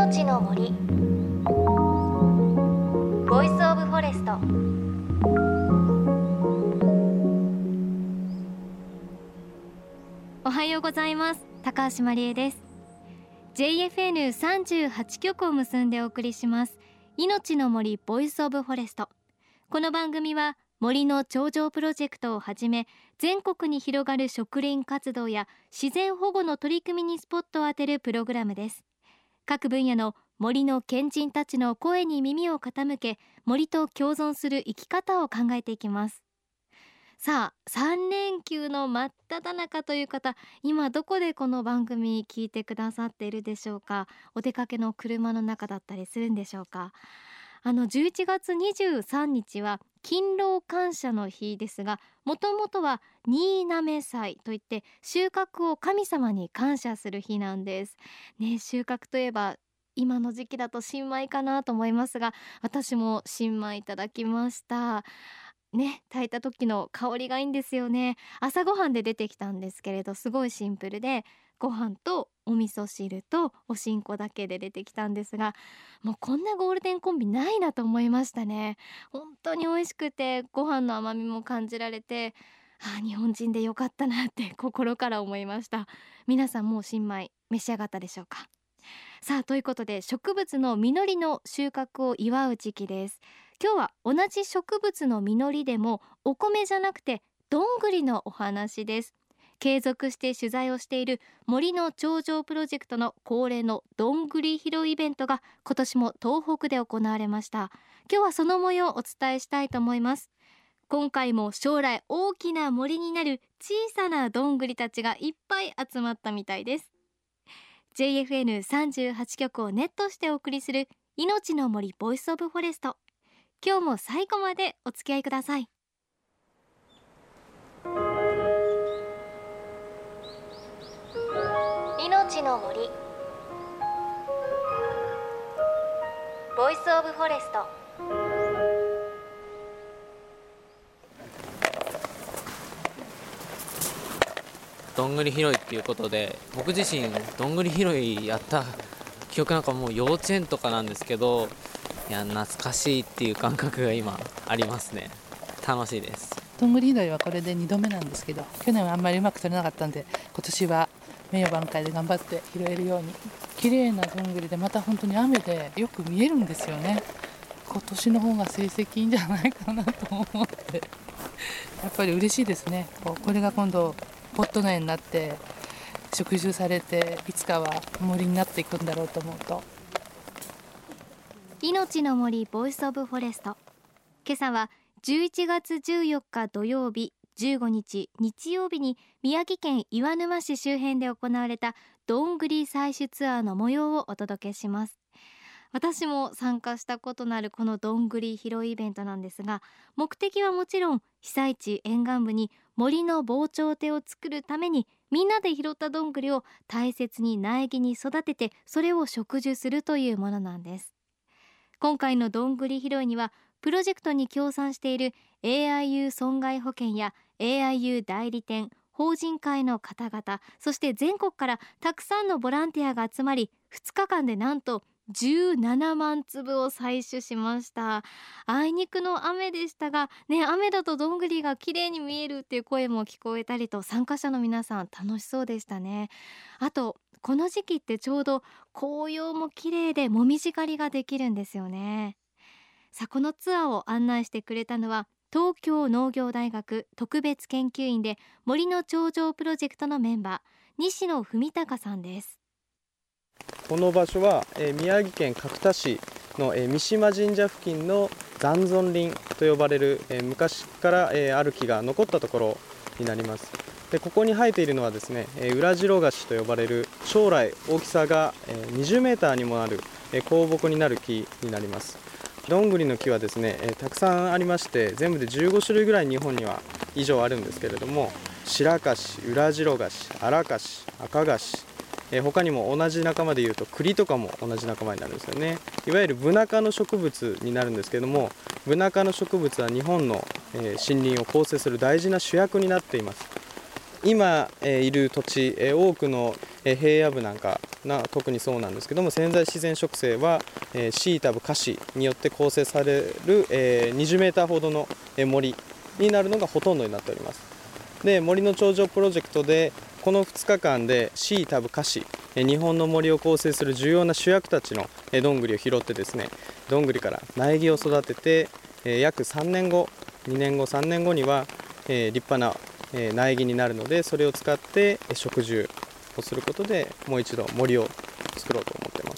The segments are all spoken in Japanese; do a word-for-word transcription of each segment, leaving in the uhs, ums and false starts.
命の森ボイスオブフォレスト。おはようございます。高橋真理恵です。 ジェイエフエヌさんじゅうはち 局を結んでお送りします命の森ボイスオブフォレスト。この番組は森の頂上プロジェクトをはじめ、全国に広がる植林活動や自然保護の取り組みにスポットを当てるプログラムです。各分野の森の賢人たちの声に耳を傾け、森と共存する生き方を考えていきます。さあ、さん連休の真っ只中という方、今どこでこの番組聞いてくださっているでしょうか。お出かけの車の中だったりするんでしょうか。あのじゅういちがつにじゅうさんにちは勤労感謝の日ですが、もともとは新滑祭といって収穫を神様に感謝する日なんです、ね、収穫といえば今の時期だと新米かなと思いますが、私も新米いただきましたね。炊いた時の香りがいいんですよね。朝ごはんで出てきたんですけれど、すごいシンプルで、ご飯とお味噌汁とおしんこだけで出てきたんですが、もうこんなゴールデンコンビないなと思いましたね。本当に美味しくて、ご飯の甘みも感じられて、ああ日本人でよかったなって心から思いました。皆さんもう新米召し上がったでしょうか。さあ、ということで植物の実りの収穫を祝う時期です。今日は同じ植物の実りでもお米じゃなくてどんぐりのお話です。継続して取材をしている森の頂上プロジェクトの恒例のどんぐり拾いイベントが今年も東北で行われました。今日はその模様をお伝えしたいと思います。今回も将来大きな森になる小さなどんぐりたちがいっぱい集まったみたいです。 ジェイエフエヌさんじゅうはち 局をネットしてお送りする命の森ボイスオブフォレスト。今日も最後までお付き合いください。命の森ボイスオブフォレスト。 どんぐり拾いっていうことで、僕自身どんぐり拾いやった記憶なんかもう幼稚園とかなんですけど、いや懐かしいっていう感覚が今ありますね。楽しいです。 どんぐり拾いはこれでにどめなんですけど、去年はあんまりうまく取れなかったんで、今年は名誉挽回で頑張って拾えるように。綺麗などんぐりで、また本当に雨でよく見えるんですよね。今年の方が成績いいんじゃないかなと思ってやっぱり嬉しいですね。こうこれが今度ポット苗になって植樹されて、いつかは森になっていくんだろうと思うと。 命の森ボイスオブフォレスト。今朝はじゅういちがつじゅうよっか土曜日、じゅうごにち日曜日に宮城県岩沼市周辺で行われたどんぐり採取ツアーの模様をお届けします。私も参加したことのあるこのどんぐり拾いイベントなんですが、目的はもちろん被災地沿岸部に森の防潮堤を作るために、みんなで拾ったどんぐりを大切に苗木に育てて、それを植樹するというものなんです。今回のどんぐり拾いにはプロジェクトに協賛している エーアイユー 損害保険や エーアイユー 代理店、法人会の方々、そして全国からたくさんのボランティアが集まり、ふつかかんでなんとじゅうななまんつぶを採取しました。あいにくの雨でしたが、ね、雨だとどんぐりが綺麗に見えるっていう声も聞こえたりと、参加者の皆さん楽しそうでしたね。あとこの時期ってちょうど紅葉も綺麗で、もみじ狩りができるんですよね。さあ、このツアーを案内してくれたのは東京農業大学特別研究員で森の頂上プロジェクトのメンバー、西野文隆さんです。 この場所は、えー、宮城県角田市の、えー、三島神社付近の残存林と呼ばれる、えー、昔から、えー、ある木が残ったところになります。でここに生えているのはですね、えー、裏白樫と呼ばれる将来大きさが、えー、にじゅうメーターにもなる、えー、高木になる木になります。どんぐりの木はですね、えー、たくさんありまして、全部でじゅうごしゅるいぐらい日本には以上あるんですけれども、白樫、裏白樫、荒樫、赤樫、えー、他にも同じ仲間でいうと栗とかも同じ仲間になるんですよね。いわゆるブナ科の植物になるんですけれども、ブナ科の植物は日本の、えー、森林を構成する大事な主役になっています。 今、えー、いる土地、えー、多くの、えー、平野部なんかな特にそうなんですけども、潜在自然植生は、えー、シータブカシによって構成される、えー、にじゅうメーターほどの、えー、森になるのがほとんどになっております。で、森の頂上プロジェクトでこのふつかかんでシータブカシ、えー、日本の森を構成する重要な主役たちの、えー、どんぐりを拾ってですね、どんぐりから苗木を育てて、えー、約さんねんご、にねんご、さんねんごには、えー、立派なえー、苗木になるので、それを使って植樹をすることでもう一度森を作ろうと思っています。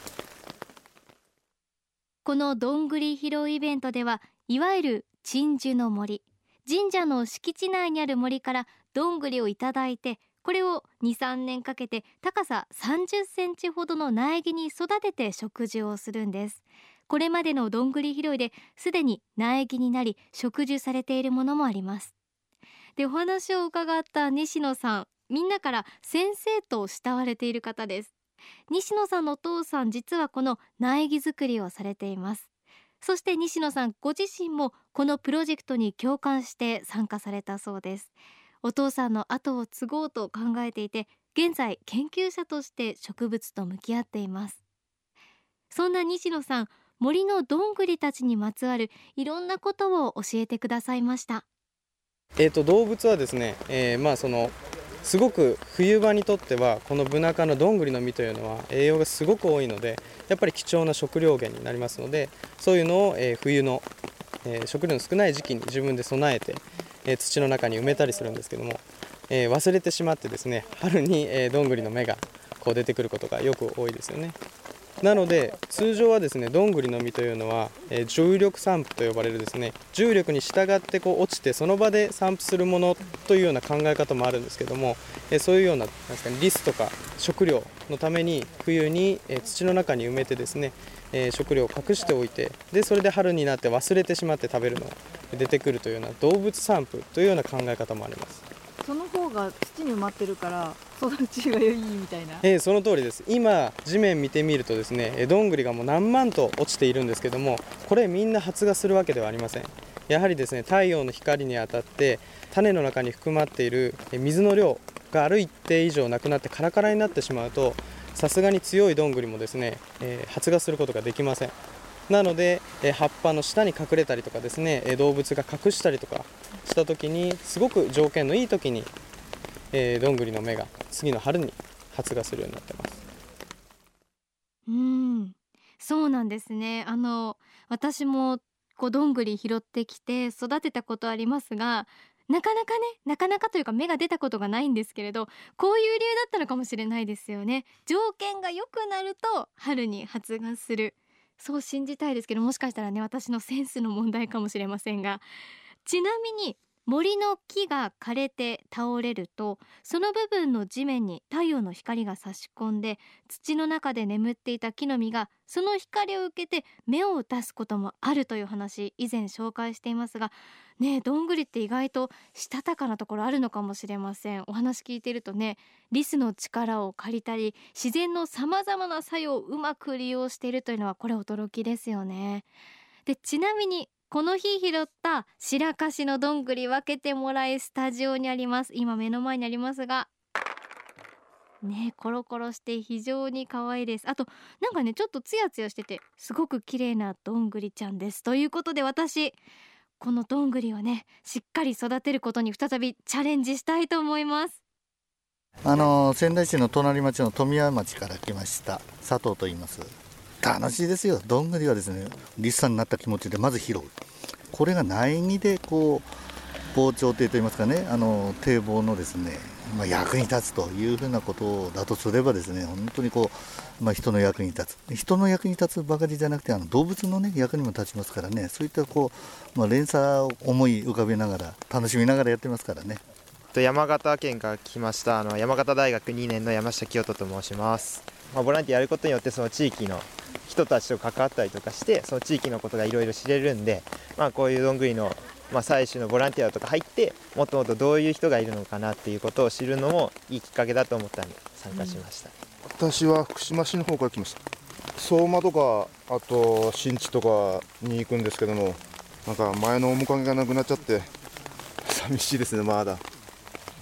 このどんぐり拾いイベントでは、いわゆる鎮守の森、神社の敷地内にある森からどんぐりをいただいて、これを にさんねんかけて高ささんじゅっセンチほどの苗木に育てて植樹をするんです。これまでのどんぐり拾いですでに苗木になり植樹されているものもあります。で、お話を伺った西野さん、みんなから先生と慕われている方です。西野さんのお父さん、実はこの苗木作りをされています。そして西野さんご自身もこのプロジェクトに共感して参加されたそうです。お父さんの後を継ごうと考えていて、現在研究者として植物と向き合っています。そんな西野さん、森のどんぐりたちにまつわるいろんなことを教えてくださいました。 えー、と動物はですね、えーまあ、そのすごく冬場にとってはこのブナ科のどんぐりの実というのは栄養がすごく多いので、やっぱり貴重な食料源になりますので、そういうのを、えー、冬の、えー、食料の少ない時期に自分で備えて、えー、土の中に埋めたりするんですけども、えー、忘れてしまってですね、春に、えー、どんぐりの芽がこう出てくることがよく多いですよね。なので通常はですね、どんぐりの実というのは、えー、重力散布と呼ばれるですね、重力に従ってこう落ちてその場で散布するものというような考え方もあるんですけども、えー、そういうような、なんですかね、リスとか食料のために冬に、えー、土の中に埋めてですね、えー、食料を隠しておいて、でそれで春になって忘れてしまって食べるのが出てくるというような動物散布というような考え方もあります。 その方が土に埋まってるから育ちがいいみたいな。 えー、その通りです。今地面見てみるとですね、どんぐりがもう何万と落ちているんですけども、これみんな発芽するわけではありません。やはりですね、太陽の光に当たって種の中に含まっている水の量がある一定以上なくなってカラカラになってしまうと、さすがに強いどんぐりもですね、えー、発芽することができません。なので、えー、葉っぱの下に隠れたりとかですね、えー、動物が隠したりとかした時に、すごく条件のいい時に、えー、どんぐりの芽が次の春に発芽するようになってます。 うーん、そうなんですね。あの私もこうどんぐり拾ってきて育てたことありますが、なかなかねなかなかというか芽が出たことがないんですけれど、こういう理由だったのかもしれないですよね。条件が良くなると春に発芽する、そう信じたいですけど、もしかしたらね私のセンスの問題かもしれませんが、ちなみに森の木が枯れて倒れると、その部分の地面に太陽の光が差し込んで、土の中で眠っていた木の実がその光を受けて芽を出すこともあるという話、以前紹介していますがねえ、どんぐりって意外としたたかなところあるのかもしれません。お話聞いているとね、リスの力を借りたり自然のさまざまな作用をうまく利用しているというのは、これ驚きですよね。で、ちなみにこの日拾った白樫のどんぐり分けてもらいスタジオにあります。今目の前にありますがね、コロコロして非常に可愛いです。あとなんかね、ちょっとツヤツヤしててすごく綺麗などんぐりちゃんです。ということで私このどんぐりをねしっかり育てることに再びチャレンジしたいと思います。 あの仙台市の隣町の富谷町から来ました佐藤と言います。楽しいですよ。どんぐりはですね、リスさんになった気持ちでまず拾う。これが苗木でこう防潮堤といいますかね、あの堤防のですね、まあ、役に立つというふうなことだとすればですね、本当にこう、まあ、人の役に立つ、人の役に立つばかりじゃなくて、あの動物の、ね、役にも立ちますからね、そういったこう、まあ、連鎖を思い浮かべながら楽しみながらやってますからね。 山形県から来ましたあの山形大学にねんの山下清人と申します。まあ、ボランティアやることによってその地域の人たちと関わったりとかして、その地域のことがいろいろ知れるんで、まあ、こういうどんぐりの、まあ、採取のボランティアとか入って、もっともっとどういう人がいるのかなっていうことを知るのもいいきっかけだと思ったんで参加しました。 うん、私は福島市の方から来ました。相馬とかあと新地とかに行くんですけども、なんか前の面影がなくなっちゃって寂しいですね。まだ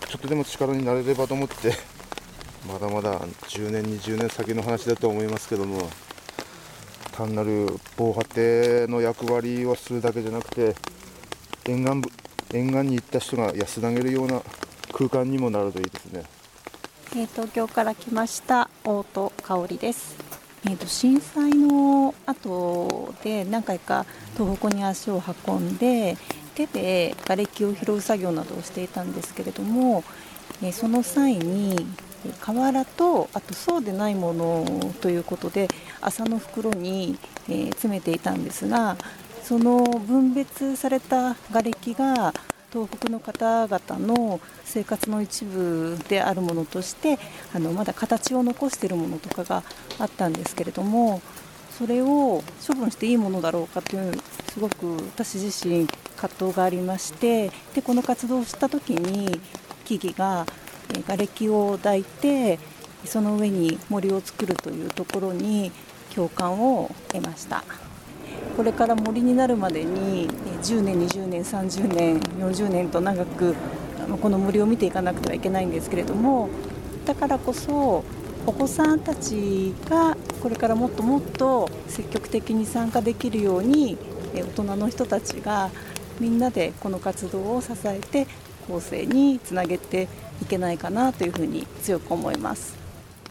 ちょっとでも力になれればと思ってまだまだじゅうねんにじゅうねん先の話だと思いますけども、単なる防波堤の役割をするだけじゃなくて、沿岸部沿岸に行った人が安らげるような空間にもなるといいですね。 えー、東京から来ました大戸香織です。えー、と震災の後で何回か東北に足を運んで手で瓦礫を拾う作業などをしていたんですけれども、えー、その際に瓦とあとそうでないものということで麻の袋に、えー、詰めていたんですが、その分別された瓦礫が東北の方々の生活の一部であるものとしてあのまだ形を残しているものとかがあったんですけれども、それを処分していいものだろうかというすごく私自身葛藤がありまして、でこの活動をした時に木々が瓦礫を抱いてその上に森を作るというところに共感を得ました。これから森になるまでにじゅうねんにじゅうねんさんじゅうねんよんじゅうねんと長くこの森を見ていかなくてはいけないんですけれども、だからこそお子さんたちがこれからもっともっと積極的に参加できるように大人の人たちがみんなでこの活動を支えて後世につなげていけないかなというふうに強く思います。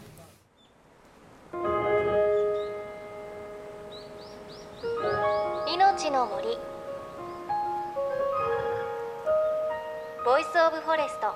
命の森ボイスオブフォレスト。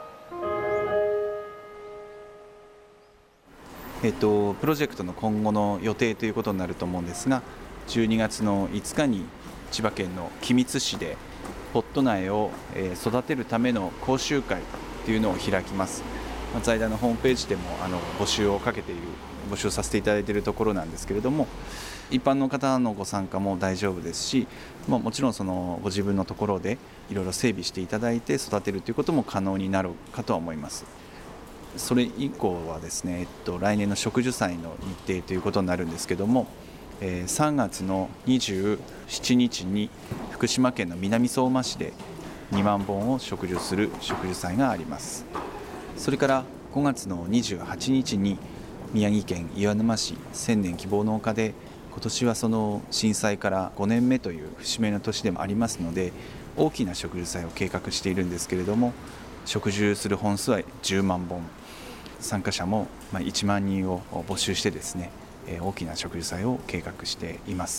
えっと、プロジェクトの今後の予定ということになると思うんですが、じゅうにがつのいつかに千葉県の君津市でポット苗を育てるための講習会というのを開きます。財団のホームページでもあの募集をかけている募集させていただいているところなんですけれども、一般の方のご参加も大丈夫ですし、まあ、もちろんそのご自分のところでいろいろ整備していただいて育てるということも可能になるかとは思います。それ以降はですね、えっと、来年の植樹祭の日程ということになるんですけども、えー、さんがつのにじゅうしちにちに福島県の南相馬市でにまんぼんを植樹する植樹祭があります。それからごがつのにじゅうはちにちに宮城県岩沼市千年希望の丘で、今年はその震災からごねんめという節目の年でもありますので、大きな植樹祭を計画しているんですけれども、植樹する本数はじゅうまんぼん、参加者もいちまんにんを募集してですね、大きな植樹祭を計画しています。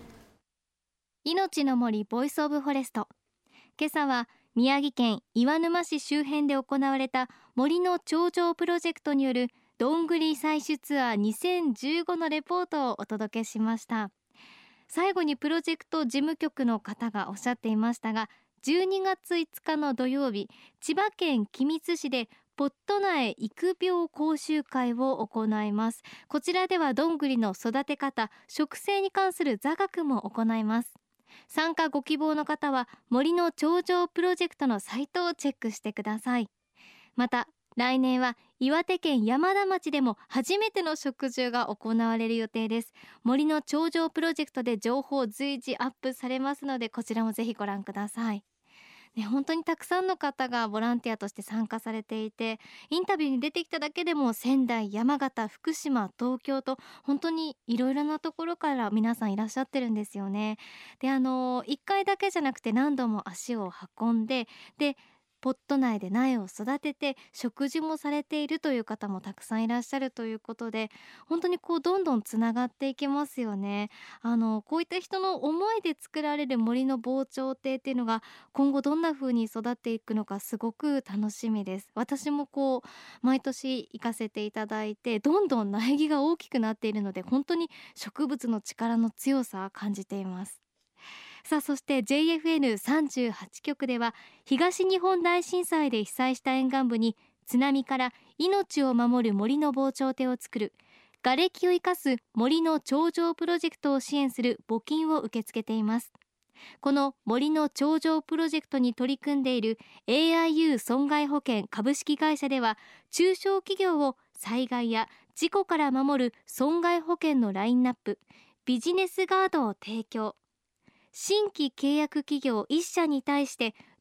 命の森ボイスオブフォレスト。今朝は宮城県岩沼市周辺で行われた森の頂上プロジェクトによるどんぐり採取ツアーにせんじゅうごのレポートをお届けしました。最後にプロジェクト事務局の方がおっしゃっていましたが、じゅうにがついつかの土曜日、千葉県君津市でポット苗育苗講習会を行います。こちらではどんぐりの育て方、植生に関する座学も行います。参加ご希望の方は森の頂上プロジェクトのサイトをチェックしてください。また来年は岩手県山田町でも初めての植樹が行われる予定です。森の頂上プロジェクトで情報随時アップされますので、こちらもぜひご覧ください。ね、本当にたくさんの方がボランティアとして参加されていて、インタビューに出てきただけでも仙台、山形、福島、東京と本当にいろいろなところから皆さんいらっしゃってるんですよね。で、あのいっかいだけじゃなくて何度も足を運んで、でポット内で苗を育てて植樹もされているという方もたくさんいらっしゃるということで、本当にこうどんどんつながっていきますよね。あのこういった人の思いで作られる森の防潮堤っていうのが今後どんな風に育っていくのかすごく楽しみです。私もこう毎年行かせていただいて、どんどん苗木が大きくなっているので、本当に植物の力の強さを感じています。さあ、そして ジェイエフエヌさんじゅうはち 局では東日本大震災で被災した沿岸部に津波から命を守る森の防潮堤を作る、瓦礫を生かす森の頂上プロジェクトを支援する募金を受け付けています。この森の頂上プロジェクトに取り組んでいる エーアイユー 損害保険株式会社では、中小企業を災害や事故から守る損害保険のラインナップ、ビジネスガードを提供。新規契約企業いっしゃに対して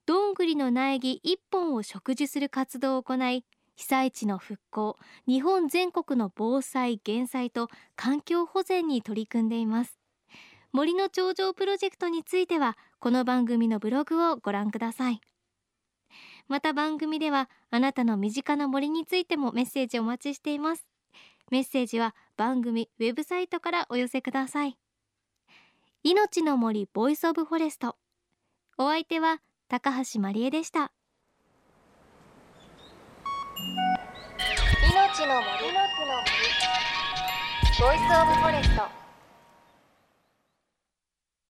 どんぐりの苗木いっぽんを植樹する活動を行い、被災地の復興、日本全国の防災減災と環境保全に取り組んでいます。森の頂上プロジェクトについてはこの番組のブログをご覧ください。また番組ではあなたの身近な森についてもメッセージお待ちしています。メッセージは番組ウェブサイトからお寄せください。命の森ボイスオブフォレスト、お相手は高橋まりえでした。命の森ボイスオブフォレスト。